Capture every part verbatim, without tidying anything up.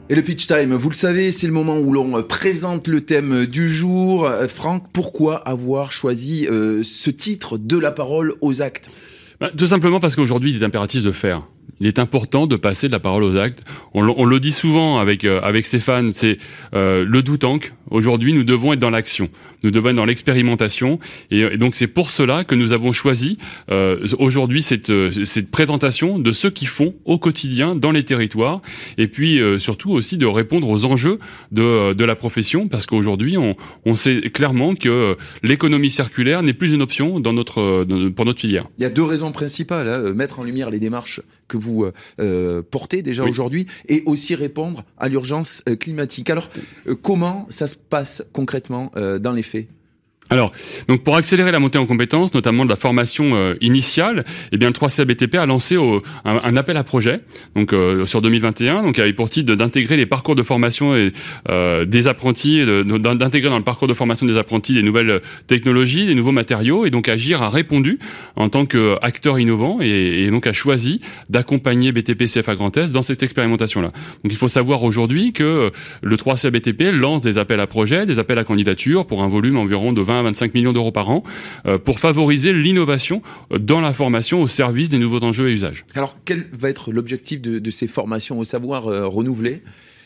Et le pitch time, vous le savez, c'est le moment où l'on présente le thème du jour. Franck, pourquoi avoir choisi euh, ce titre de la parole aux actes ? Bah, tout simplement parce qu'aujourd'hui, il est impératif de faire. Il est important de passer de la parole aux actes. On, l- on le dit souvent avec euh, avec Stéphane, c'est euh, le do tank. Aujourd'hui, nous devons être dans l'action. Nous devons être dans l'expérimentation. Et, et donc, c'est pour cela que nous avons choisi euh, aujourd'hui cette, euh, cette présentation de ceux qui font au quotidien dans les territoires. Et puis, euh, surtout aussi de répondre aux enjeux de, de la profession. Parce qu'aujourd'hui, on, on sait clairement que l'économie circulaire n'est plus une option dans notre, dans, pour notre filière. Il y a deux raisons principales, hein, mettre en lumière les démarches que vous euh, portez déjà oui. aujourd'hui et aussi répondre à l'urgence euh, climatique. Alors, euh, comment ça se passe concrètement euh, dans les faits ? Alors, donc pour accélérer la montée en compétences, notamment de la formation euh, initiale, eh bien le trois C A B T P a lancé au, un, un appel à projet, donc euh, sur deux mille vingt et un, donc avec pour titre d'intégrer les parcours de formation et, euh, des apprentis, de, d'intégrer dans le parcours de formation des apprentis des nouvelles technologies, des nouveaux matériaux, et donc Agir a répondu en tant qu'acteur innovant et, et donc a choisi d'accompagner B T P C F A Grand Est dans cette expérimentation-là. Donc il faut savoir aujourd'hui que le trois C A B T P lance des appels à projets, des appels à candidature pour un volume environ de vingt à vingt-cinq millions d'euros par an euh, pour favoriser l'innovation dans la formation au service des nouveaux enjeux et usages. Alors, quel va être l'objectif de, de ces formations au savoir euh, renouvelé ?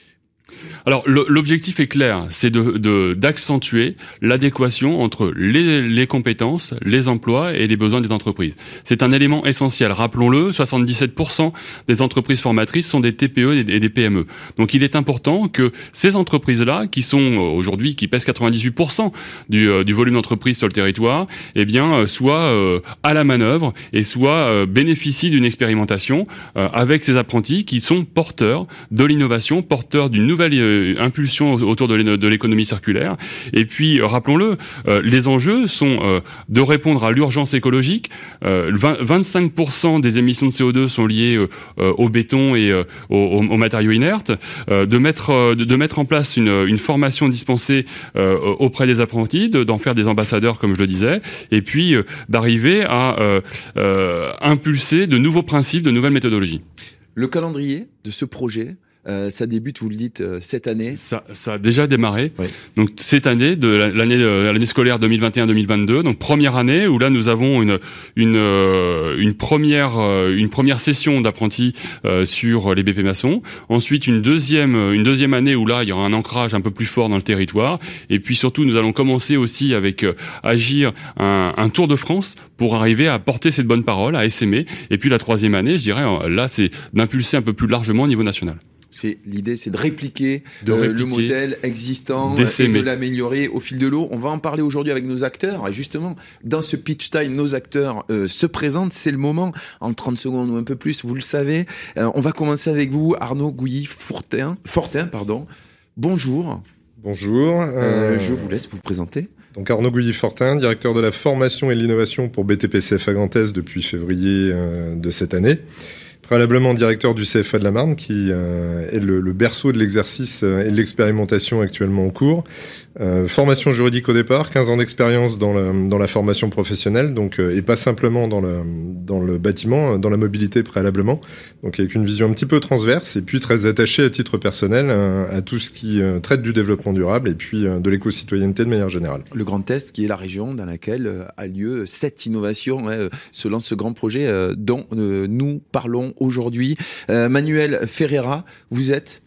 Alors le, l'objectif est clair, c'est de, de, d'accentuer l'adéquation entre les, les compétences, les emplois et les besoins des entreprises. C'est un élément essentiel. Rappelons-le, soixante-dix-sept pour cent des entreprises formatrices sont des T P E et des P M E. Donc il est important que ces entreprises-là, qui sont aujourd'hui, qui pèsent quatre-vingt-dix-huit pour cent du, du volume d'entreprises sur le territoire, eh bien soient euh, à la manœuvre et soient euh, bénéficient d'une expérimentation euh, avec ces apprentis qui sont porteurs de l'innovation, porteurs d'une nouvelle euh, impulsion autour de, de l'économie circulaire. Et puis, euh, rappelons-le, euh, les enjeux sont euh, de répondre à l'urgence écologique. Euh, vingt, vingt-cinq pour cent des émissions de C O deux sont liées euh, au béton et euh, aux, aux matériaux inertes. Euh, de mettre euh, de, de mettre en place une, une formation dispensée euh, auprès des apprentis, de, d'en faire des ambassadeurs, comme je le disais, et puis euh, d'arriver à euh, euh, impulser de nouveaux principes, de nouvelles méthodologies. Le calendrier de ce projet, Euh, ça débute, vous le dites, euh, cette année. Ça, ça a déjà démarré. Oui. Donc cette année, de l'année, euh, l'année scolaire deux mille vingt et un deux mille vingt-deux, donc première année où là nous avons une une euh, une première euh, une première session d'apprentis euh, sur les B P maçons. Ensuite une deuxième une deuxième année où là il y aura un ancrage un peu plus fort dans le territoire. Et puis surtout nous allons commencer aussi avec euh, Agir un, un tour de France pour arriver à porter cette bonne parole, à essaimer. Et puis la troisième année, je dirais là c'est d'impulser un peu plus largement au niveau national. C'est l'idée, c'est de répliquer, de euh, répliquer le modèle existant d'essaimer. Et de l'améliorer au fil de l'eau. On va en parler aujourd'hui avec nos acteurs. Et justement, dans ce pitch time, nos acteurs euh, se présentent. C'est le moment, en trente secondes ou un peu plus, vous le savez. Euh, on va commencer avec vous, Arnaud Gouilly-Fortin. Fortin, pardon. Bonjour. Bonjour. Euh, euh... Je vous laisse vous présenter. Donc Arnaud Gouilly-Fortin, directeur de la formation et de l'innovation pour B T P C F A Grand Est depuis février euh, de cette année. Préalablement directeur du C F A de la Marne, qui euh, est le, le berceau de l'exercice euh, et de l'expérimentation actuellement en cours. Euh, formation juridique au départ, quinze ans d'expérience dans la, dans la formation professionnelle, donc euh, et pas simplement dans le, dans le bâtiment, dans la mobilité préalablement. Donc avec une vision un petit peu transverse, et puis très attaché à titre personnel euh, à tout ce qui euh, traite du développement durable et puis euh, de l'éco-citoyenneté de manière générale. Le Grand Est, qui est la région dans laquelle euh, a lieu cette innovation, hein, selon ce grand projet euh, dont euh, nous parlons aujourd'hui. Euh, Manuel Ferreira, vous êtes...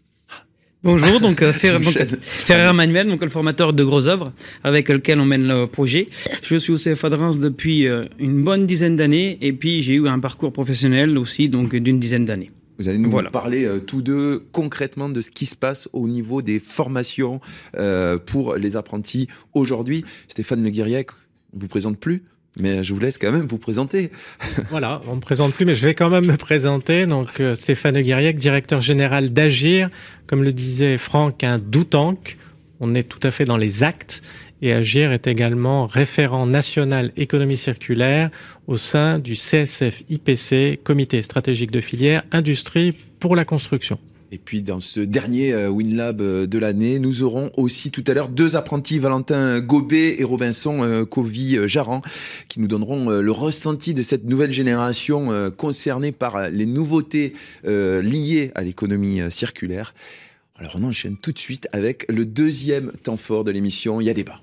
Bonjour, donc, euh, Fer- donc Ferreira Manuel, donc le formateur de Gros Œuvres avec lequel on mène le projet. Je suis au C F A de Reims depuis euh, une bonne dizaine d'années et puis j'ai eu un parcours professionnel aussi donc d'une dizaine d'années. Vous allez nous voilà. parler euh, tous deux concrètement de ce qui se passe au niveau des formations euh, pour les apprentis aujourd'hui. Stéphane Le Guiriec, on ne vous présente plus, mais je vous laisse quand même vous présenter. Voilà, on ne me présente plus, mais je vais quand même me présenter. Donc euh, Stéphane Le Guiriec, directeur général d'Agir. Comme le disait Franck, un do tank. On est tout à fait dans les actes. Et Agir est également référent national économie circulaire au sein du C S F I P C, Comité stratégique de filière, industrie pour la construction. Et puis dans ce dernier euh, WinLab euh, de l'année, nous aurons aussi tout à l'heure deux apprentis, Valentin Gobet et Robinson euh, Covy-Jaran, qui nous donneront euh, le ressenti de cette nouvelle génération euh, concernée par euh, les nouveautés euh, liées à l'économie euh, circulaire. Alors on enchaîne tout de suite avec le deuxième temps fort de l'émission, il y a débat.